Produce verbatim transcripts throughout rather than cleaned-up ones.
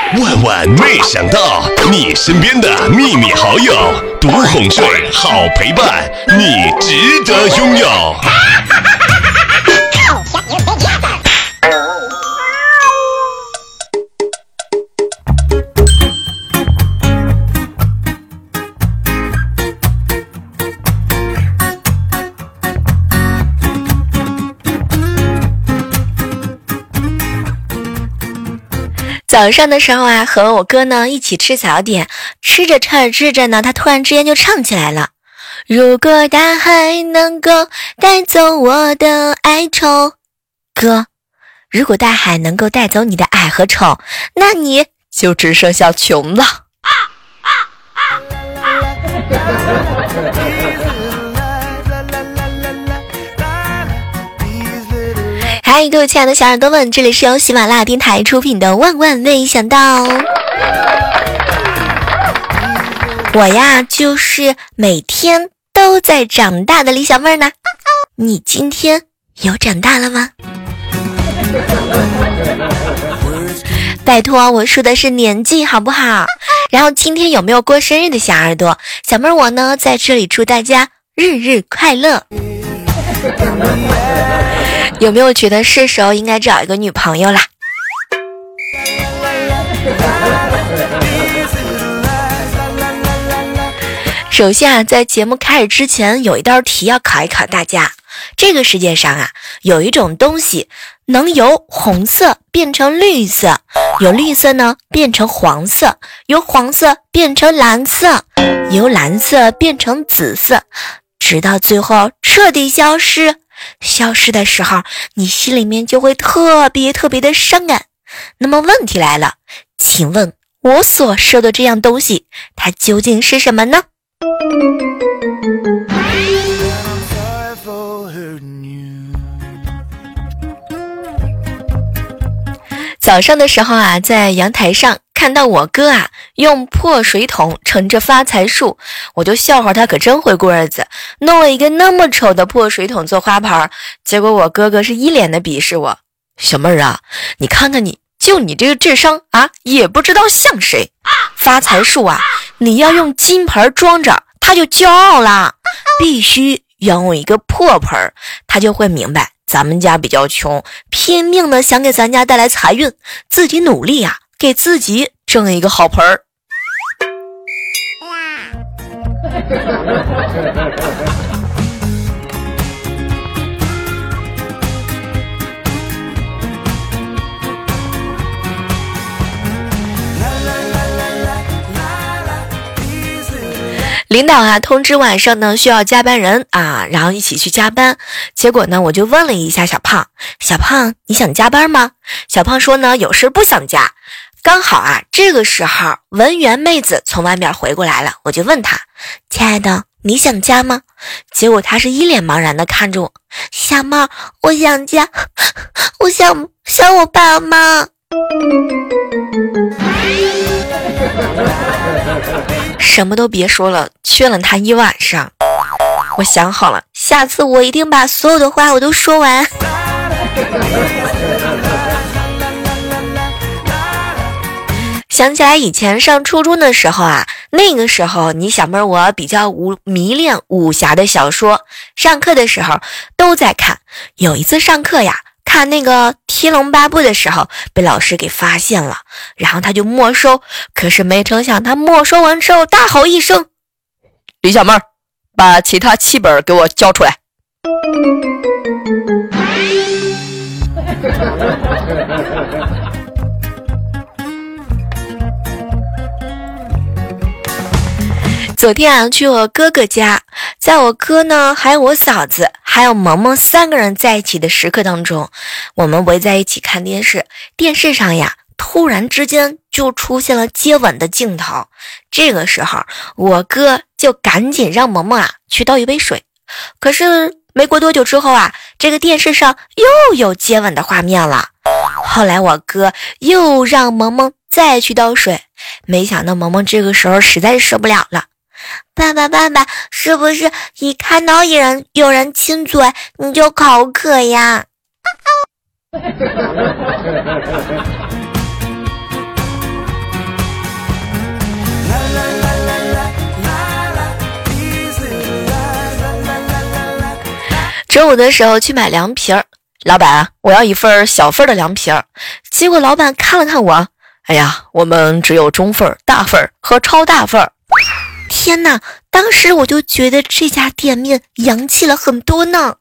万万没想到，你身边的秘密好友，独哄睡，好陪伴，你值得拥有。 早上的时候啊，和我哥呢一起吃早点，吃着吃着吃着呢，他突然之间就唱起来了。如果大海能够带走我的哀愁，哥，如果大海能够带走你的爱和愁，那你就只剩下穷了。嗨，各位亲爱的小耳朵们，这里是由喜马拉雅电台出品的万万没想到。我呀，就是每天都在长大的李小妹呢。你今天有长大了吗？拜托，我说的是年纪好不好？然后今天有没有过生日的小耳朵？小妹我呢在这里祝大家日日快乐。有没有觉得是时候应该找一个女朋友啦？首先啊，在节目开始之前，有一道题要考一考大家。这个世界上啊，有一种东西能由红色变成绿色，由绿色呢变成黄色，由黄色变成蓝色，由蓝色变成紫色，直到最后彻底消失。消失的时候，你心里面就会特别特别的伤感。那么问题来了，请问我所说的这样东西，它究竟是什么呢？早上的时候啊，在阳台上看到我哥啊用破水桶盛着发财树，我就笑话他可真会过日子，弄了一个那么丑的破水桶做花盆。结果我哥哥是一脸的鄙视我，小妹儿啊，你看看你，就你这个智商啊，也不知道像谁。发财树啊，你要用金盆装着，他就骄傲啦，必须要用一个破盆，他就会明白咱们家比较穷，拼命的想给咱家带来财运，自己努力啊，给自己挣一个好盆儿。领导啊通知晚上呢需要加班人啊，然后一起去加班。结果呢我就问了一下小胖，小胖你想加班吗？小胖说呢有事不想加。刚好啊这个时候文员妹子从外面回过来了，我就问她，亲爱的你想加吗？结果她是一脸茫然的看着我，小妹我想加，我想想我爸妈。什么都别说了，劝了他一晚上。我想好了，下次我一定把所有的话我都说完。想起来以前上初中的时候啊，那个时候你小妹我比较无迷恋武侠的小说，上课的时候都在看。有一次上课呀，看那个天龙八部的时候被老师给发现了，然后他就没收，可是没成想他没收完之后大吼一声，李小妹儿把其他七本给我交出来。昨天啊去我哥哥家，在我哥呢还有我嫂子还有萌萌三个人在一起的时刻当中，我们围在一起看电视，电视上呀突然之间就出现了接吻的镜头。这个时候我哥就赶紧让萌萌啊去倒一杯水，可是没过多久之后啊，这个电视上又有接吻的画面了。后来我哥又让萌萌再去倒水，没想到萌萌这个时候实在是受不了了，爸爸爸爸，是不是一看到有人有人亲嘴你就口渴呀？ 中午的时候去买凉皮儿，老板，我要一份小份的凉皮儿。结果老板看了看我，哎呀，我们只有中份、大份和超大份。天哪，当时我就觉得这家店面洋气了很多呢。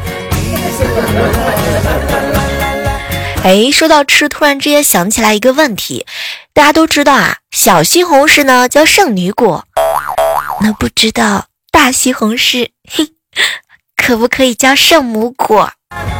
哎，说到吃，突然之间想起来一个问题，大家都知道啊，小西红柿呢叫圣女果，那不知道大西红柿嘿可不可以叫圣母果？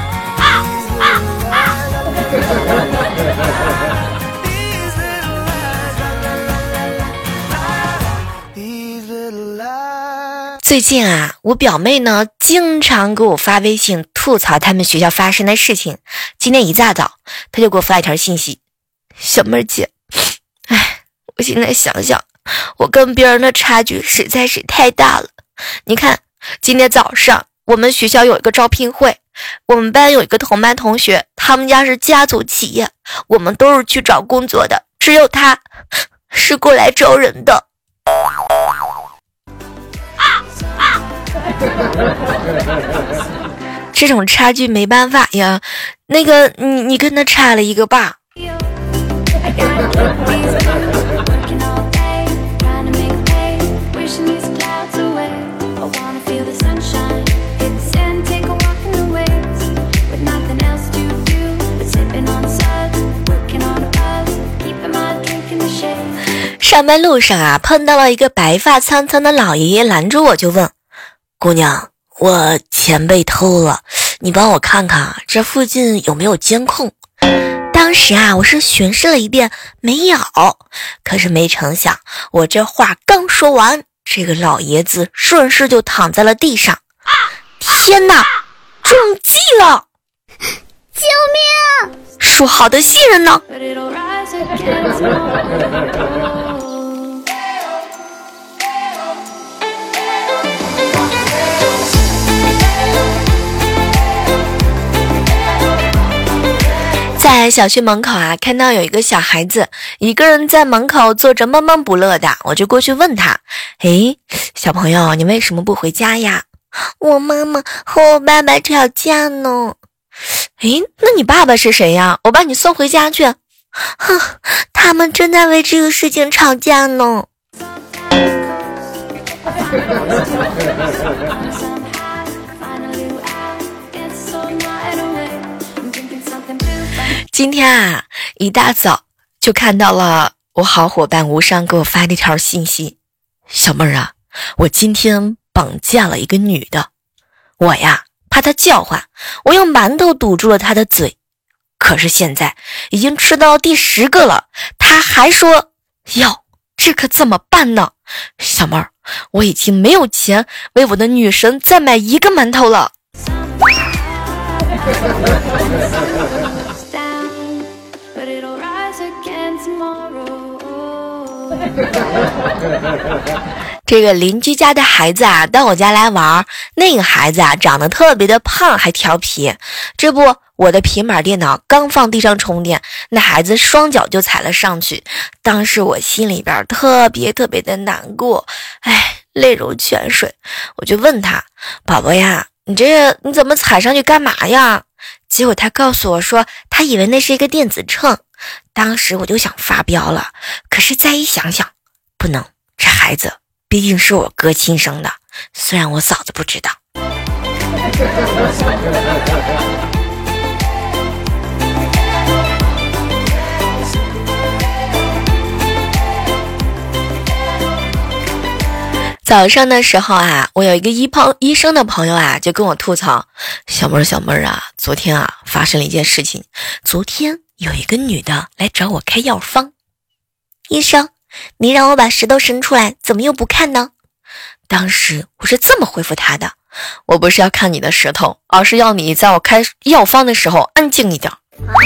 最近啊，我表妹呢经常给我发微信吐槽他们学校发生的事情。今天一大早，她就给我发一条信息：小妹姐，哎，我现在想想，我跟别人的差距实在是太大了。你看，今天早上我们学校有一个招聘会，我们班有一个同班同学，他们家是家族企业，我们都是去找工作的，只有他是过来招人的。这种差距没办法呀，那个你你跟他差了一个吧。上班路上啊，碰到了一个白发苍苍的老爷爷，拦住我就问：姑娘，我钱被偷了，你帮我看看这附近有没有监控。当时啊，我是巡视了一遍，没有。可是没成想，我这话刚说完，这个老爷子顺势就躺在了地上。天哪，中计了！ 救命！ 说好的信任呢？在小区门口啊，看到有一个小孩子一个人在门口坐着闷闷不乐的，我就过去问他：诶，小朋友，你为什么不回家呀？我妈妈和我爸爸吵架呢。诶，那你爸爸是谁呀？我把你送回家去。哼，他们正在为这个事情吵架呢。今天啊，一大早就看到了我好伙伴吴尚给我发了一条信息：小妹儿啊，我今天绑架了一个女的，我呀怕她叫唤，我用馒头堵住了她的嘴，可是现在已经吃到第十个了，她还说哟，这可怎么办呢？小妹儿，我已经没有钱为我的女神再买一个馒头了。这个邻居家的孩子啊到我家来玩，那个孩子啊长得特别的胖还调皮，这不我的平板电脑刚放地上充电，那孩子双脚就踩了上去，当时我心里边特别特别的难过，哎，泪如泉水。我就问他：宝宝呀，你这你怎么踩上去干嘛呀？结果他告诉我说，他以为那是一个电子秤。当时我就想发飙了，可是再一想想，不能，这孩子毕竟是我哥亲生的，虽然我嫂子不知道。早上的时候啊，我有一个医朋医生的朋友啊，就跟我吐槽：小妹儿小妹儿啊，昨天啊发生了一件事情，昨天有一个女的来找我开药方。医生，你让我把石头伸出来，怎么又不看呢？当时我是这么回复他的：我不是要看你的石头，而是要你在我开药方的时候安静一点。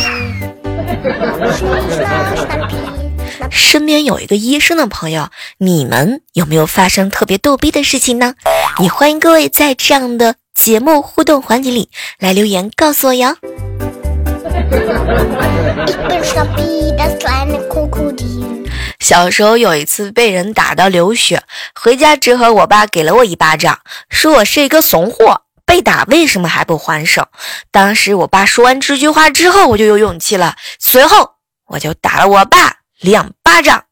身边有一个医生的朋友，你们有没有发生特别逗逼的事情呢？也欢迎各位在这样的节目互动环节里来留言告诉我哟。小时候有一次被人打到流血，回家之后我爸给了我一巴掌，说我是一个怂货， 被打为什么还不还手？当时我爸说完这句话之后，我就有勇气了，随后我就打了我爸两巴掌。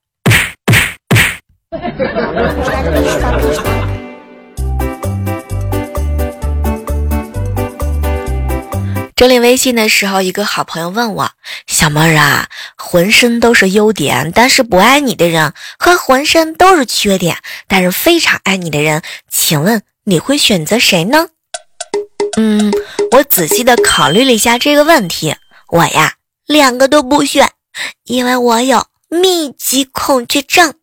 整理微信的时候，一个好朋友问我，小妹儿啊，浑身都是优点但是不爱你的人和浑身都是缺点但是非常爱你的人，请问你会选择谁呢？嗯，我仔细的考虑了一下这个问题，我呀两个都不选，因为我有密集恐惧症。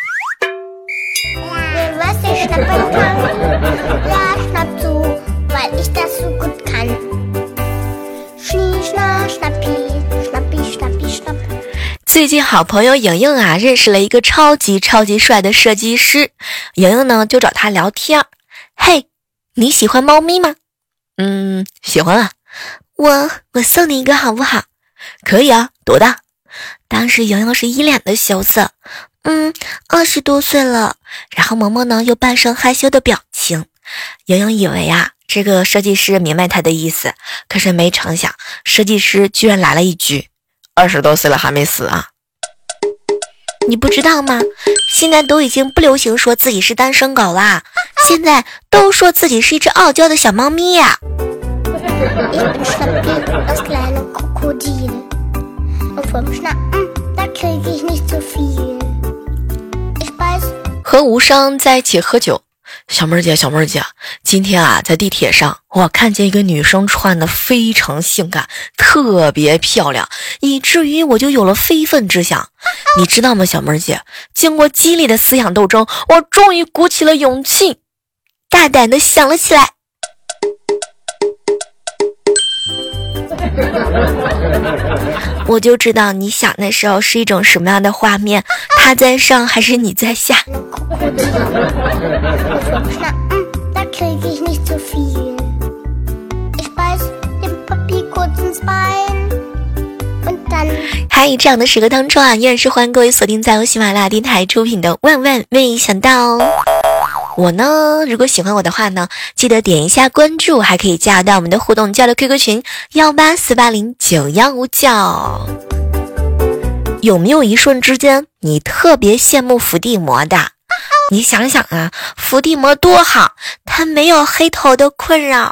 最近好朋友莹莹啊认识了一个超级超级帅的设计师，莹莹呢就找他聊天。嘿，你喜欢猫咪吗？嗯，喜欢啊。我我送你一个好不好？可以啊，多大？当时莹莹是一脸的羞涩，嗯，二十多岁了。然后萌萌呢又半生害羞的表情。莹莹以为啊这个设计师明白她的意思，可是没成想设计师居然来了一句，二十多岁了还没死啊？你不知道吗？现在都已经不流行说自己是单身狗啦，现在都说自己是一只傲娇的小猫咪呀、和无伤在一起喝酒，小妹儿姐，小妹儿姐，今天啊，在地铁上，我看见一个女生穿的非常性感，特别漂亮，以至于我就有了非分之想。你知道吗，小妹儿姐？经过激烈的思想斗争，我终于鼓起了勇气，大胆的想了起来。我就知道你想的时候是一种什么样的画面，他在上还是你在下？还有这样的时刻当中啊，依然是欢迎各位锁定在由喜马拉雅电台出品的万万没想到哦。我呢，如果喜欢我的话呢，记得点一下关注，还可以加到我们的互动交流 Q Q 群幺八四八零九幺五九。有没有一瞬之间你特别羡慕伏地魔的？你想想啊，伏地魔多好，他没有黑头的困扰。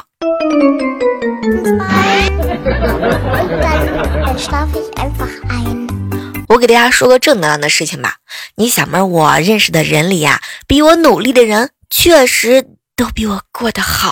我给大家说个正能量的事情吧，你想嘛，我认识的人里呀、啊，比我努力的人确实都比我过得好。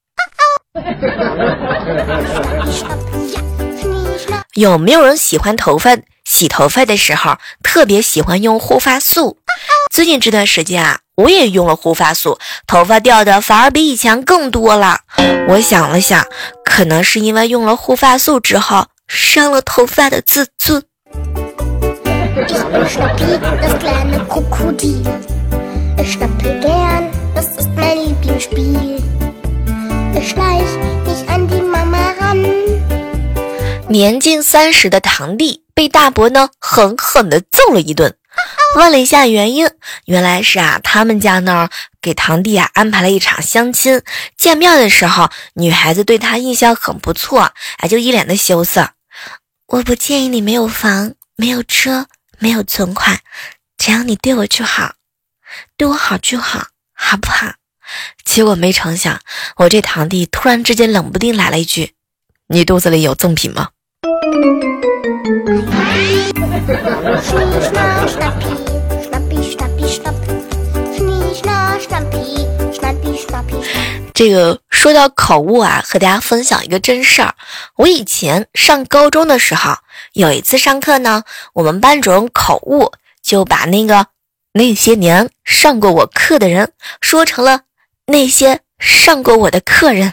有没有人喜欢头发洗头发的时候特别喜欢用护发素？最近这段时间啊，我也用了护发素，头发掉的反而比以前更多了。我想了想，可能是因为用了护发素之后伤了头发的自尊。Ich bin Schnappi, das kleine Krokodil. Ich schnappe gern, das ist mein Lieblingsspiel. Ich schleich mich an die Mama ran. 年近三十的堂弟被大伯呢狠狠地揍了一顿。问了一下原因，原来是啊，他们家呢给堂弟啊安排了一场相亲。见面的时候，女孩子对他印象很不错，哎，就一脸的羞涩。我不介意你没有房，没有车。没有存款，只要你对我就好，对我好就好，好不好？结果没成想，我这堂弟突然之间冷不丁来了一句：你肚子里有赠品吗？这个说到口误啊，和大家分享一个真事儿。我以前上高中的时候，有一次上课呢，我们班主任口误，就把那个那些年上过我课的人说成了那些上过我的客人。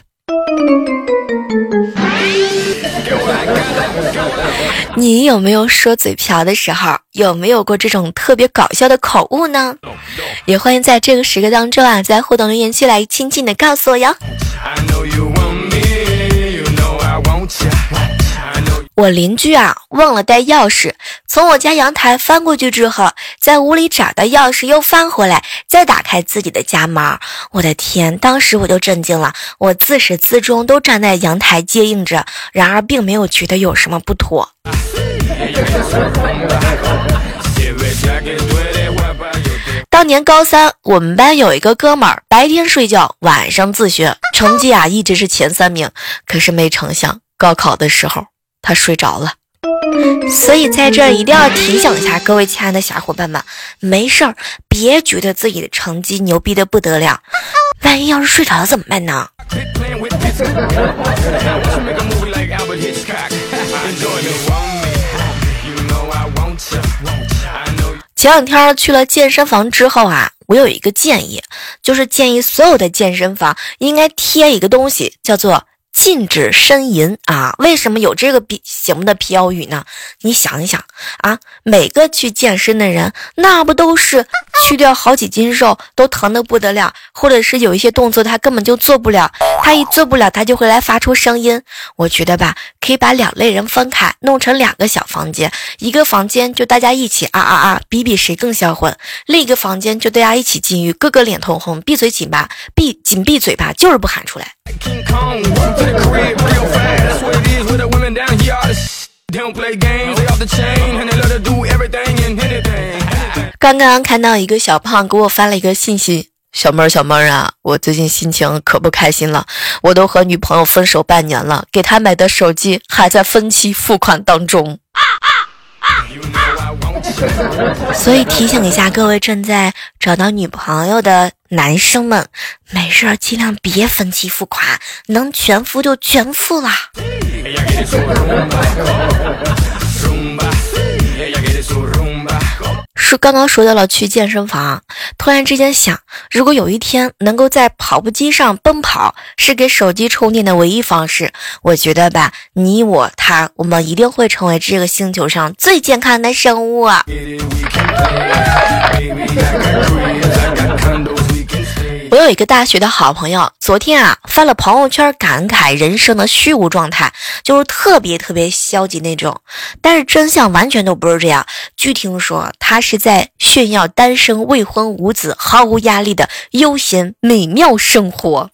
你有没有说嘴瓢的时候，有没有过这种特别搞笑的口误呢？也欢迎在这个时刻当中啊，在互动留言区来轻轻的告诉我哟。 我邻居啊忘了带钥匙，从我家阳台翻过去之后，在屋里找到钥匙又翻回来，再打开自己的家门。我的天，当时我就震惊了，我自始至终都站在阳台接应着，然而并没有觉得有什么不妥。当年高三，我们班有一个哥们儿，白天睡觉，晚上自学，成绩啊一直是前三名。可是没成想，高考的时候他睡着了。所以在这儿一定要提醒一下各位亲爱的小伙伴们，没事儿别觉得自己的成绩牛逼的不得了，万一要是睡着了怎么办呢？前两天去了健身房之后啊，我有一个建议，就是建议所有的健身房应该贴一个东西，叫做禁止呻吟啊。为什么有这个醒目的标语呢？你想一想啊，每个去健身的人，那不都是去掉好几斤肉，都疼得不得了，或者是有一些动作他根本就做不了，他一做不了他就会来发出声音。我觉得吧，可以把两类人分开，弄成两个小房间，一个房间就大家一起啊啊啊比比谁更销魂，另一个房间就大家一起禁欲，个个脸通红，闭嘴紧巴闭紧闭嘴巴，就是不喊出来。刚刚看到一个小胖给我发了一个信息，小妹儿小妹儿啊，我最近心情可不开心了，我都和女朋友分手半年了，给她买的手机还在分期付款当中。所以提醒一下各位正在找到女朋友的男生们，没事尽量别分期付款，能全付就全付啦。是刚刚说到了去健身房，突然之间想，如果有一天能够在跑步机上奔跑是给手机充电的唯一方式，我觉得吧，你我他我们一定会成为这个星球上最健康的生物啊。我有一个大学的好朋友，昨天啊发了朋友圈感慨人生的虚无状态，就是特别特别消极那种，但是真相完全都不是这样。据听说他是在炫耀单身未婚无子毫无压力的悠闲美妙生活。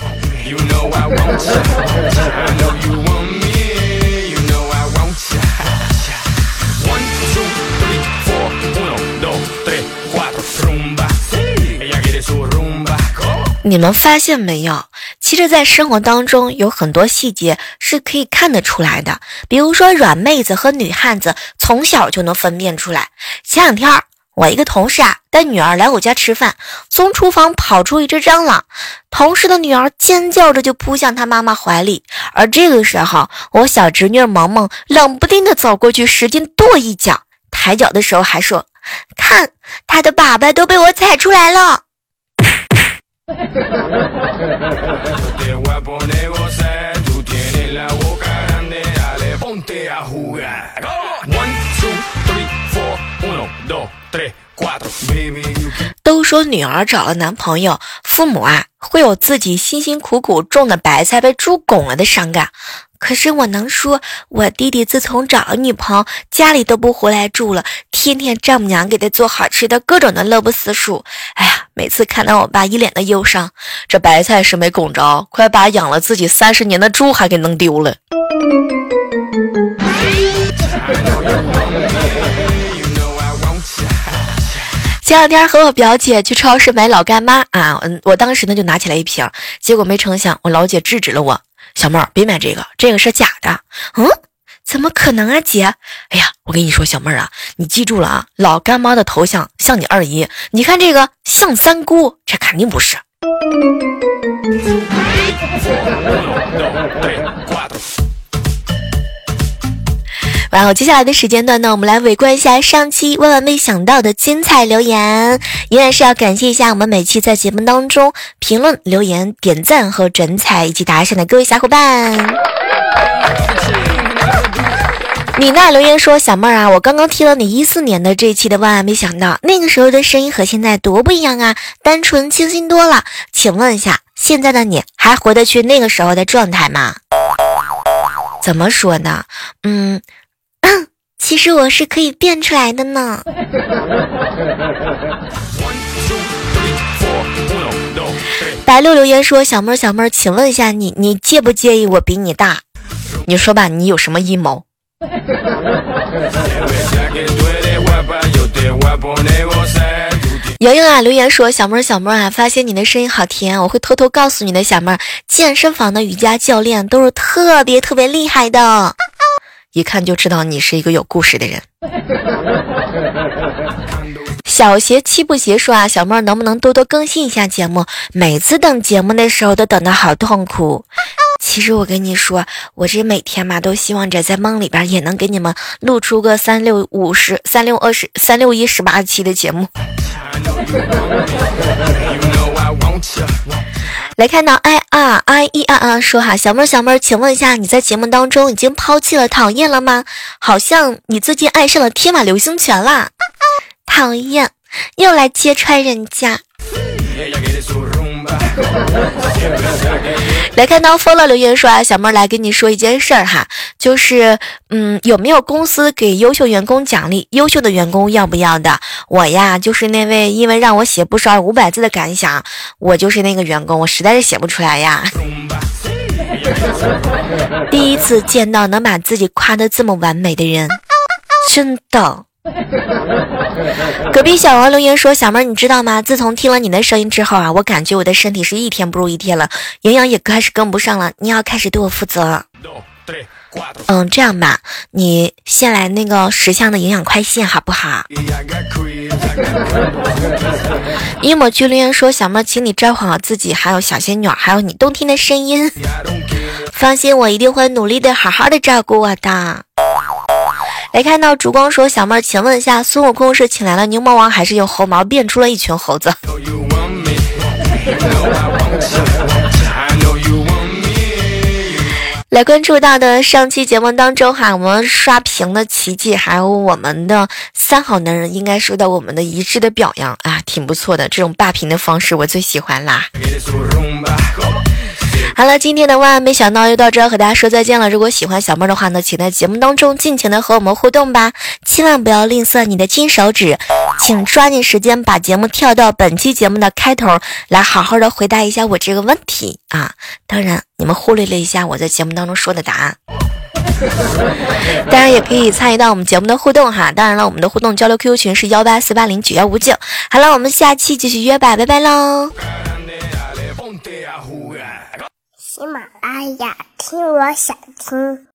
你们发现没有，其实在生活当中有很多细节是可以看得出来的，比如说软妹子和女汉子从小就能分辨出来。前两天我一个同事啊带女儿来我家吃饭，从厨房跑出一只蟑螂，同事的女儿尖叫着就扑向她妈妈怀里，而这个时候我小侄女萌萌冷不丁的走过去使劲跺一脚，抬脚的时候还说，看她的粑粑都被我踩出来了。都说女儿找了男朋友，父母啊会有自己辛辛苦苦种的白菜被猪拱了的伤感。可是我能说，我弟弟自从找了女朋友，家里都不回来住了，天天丈母娘给他做好吃的，各种的乐不思蜀。哎呀，每次看到我爸一脸的忧伤，这白菜是没拱着，快把养了自己三十年的猪还给弄丢了。前两天和我表姐去超市买老干妈啊，嗯，我当时呢就拿起来一瓶，结果没成想我老姐制止了我，小妹儿别买这个，这个是假的。嗯，怎么可能啊姐？哎呀，我跟你说小妹儿啊，你记住了啊，老干妈的头像像你二姨，你看这个像三姑，这肯定不是。然后接下来的时间段呢，我们来围观一下上期万万没想到的精彩留言，依然是要感谢一下我们每期在节目当中评论留言点赞和转采以及打赏的各位小伙伴。米娜留言说，小妹儿啊，我刚刚听了你一四年的这一期的万万没想到，那个时候的声音和现在多不一样啊，单纯清新多了。请问一下，现在的你还回得去那个时候的状态吗？ 怎么说呢？嗯，其实我是可以变出来的呢。白六留言说：小妹儿小妹儿，请问一下你，你介不介意我比你大？你说吧，你有什么阴谋？莹莹啊，留言说：小妹儿小妹儿啊，发现你的声音好甜，我会偷偷告诉你的。小妹儿，健身房的瑜伽教练都是特别特别厉害的，一看就知道你是一个有故事的人。小鞋七不鞋说啊，小妹儿能不能多多更新一下节目？每次等节目的时候都等得好痛苦。其实我跟你说，我这每天嘛都希望着在梦里边也能给你们录出个三六五十、三六二十、三六一十八期的节目。来看到 i r i e r r 说哈，小妹儿小妹儿，请问一下，你在节目当中已经抛弃了讨厌了吗？好像你最近爱上了天马流星拳啦。讨厌，又来揭穿人家。来看到疯了留言说啊，小妹儿来跟你说一件事儿哈，就是嗯，有没有公司给优秀员工奖励？优秀的员工要不要的？我呀，就是那位因为让我写不少五百字的感想，我就是那个员工，我实在是写不出来呀。第一次见到能把自己夸得这么完美的人，真的。隔壁小王留言说，小妹儿你知道吗，自从听了你的声音之后啊，我感觉我的身体是一天不如一天了，营养也开始跟不上了，你要开始对我负责。嗯，这样吧，你先来那个十项的营养快线好不好？一抹居留言说，小妹儿请你照顾好自己，还有小仙女，还有你动听的声音，放心，我一定会努力的好好的照顾我的。来看到烛光说，小妹儿请问一下，孙悟空是请来了牛魔王，还是用猴毛变出了一群猴子？来关注到的上期节目当中哈，我们刷屏的奇迹，还有我们的三好男人应该受到我们的一致的表扬啊，挺不错的，这种霸屏的方式我最喜欢啦。好了，今天的万万没想到又到这儿和大家说再见了。如果喜欢小妹的话呢，请在节目当中尽情的和我们互动吧，千万不要吝啬你的金手指，请抓紧时间把节目跳到本期节目的开头，来好好的回答一下我这个问题啊。当然你们忽略了一下我在节目当中说的答案。当然也可以参与到我们节目的互动哈，当然了，我们的互动交流 Q Q 群是幺八四八零九幺五九。好了，我们下期继续约吧，拜拜喽。 喜马拉雅，听我想听。